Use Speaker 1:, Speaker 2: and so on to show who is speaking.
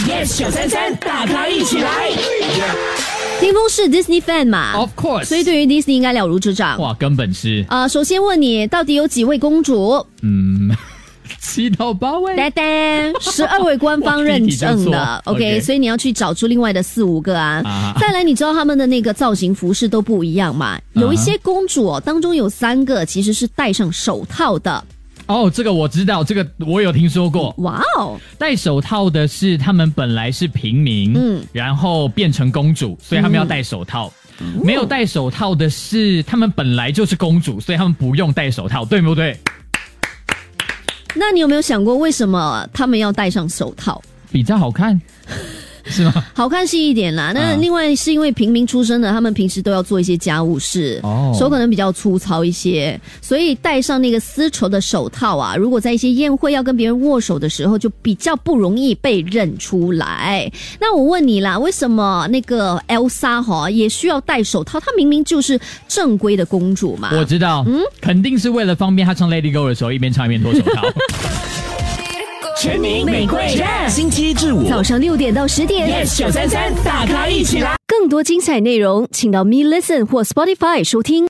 Speaker 1: Yes 933大咖一起来。
Speaker 2: 霆锋是 Disney fan 嘛
Speaker 3: Of course，
Speaker 2: 所以对于 Disney 应该了如指掌。
Speaker 3: 哇，根本是
Speaker 2: 首先问你，到底有几位公主
Speaker 3: 7到8位，
Speaker 2: 呆呆，12位官方认证的，OK， 所以你要去找出另外的4、5个啊。再来，你知道他们的那个造型服饰都不一样嘛？有一些公主当中有3个其实是戴上手套的。
Speaker 3: 这个我知道，这个我有听说过。
Speaker 2: 哇哦，
Speaker 3: 戴手套的是他们本来是平民，然后变成公主，所以他们要戴手套。没有戴手套的是他们本来就是公主，所以他们不用戴手套，对不对？
Speaker 2: 那你有没有想过为什么他们要戴上手套？
Speaker 3: 比较好看。是吗？
Speaker 2: 好看是一点啦，那另外是因为平民出身的，他们平时都要做一些家务事，手可能比较粗糙一些，所以戴上那个丝绸的手套啊，如果在一些宴会要跟别人握手的时候，就比较不容易被认出来。那我问你啦，为什么那个 Elsa 也需要戴手套？她明明就是正规的公主嘛。
Speaker 3: 我知道，肯定是为了方便她唱 Lady Go 的时候一边唱一边脱手套。
Speaker 1: 全民玫瑰 Jam， 星期一至五
Speaker 2: 早上6点到10点
Speaker 1: ，Yes 933大咖一起来。
Speaker 2: 更多精彩内容，请到Me Listen 或 Spotify 收听。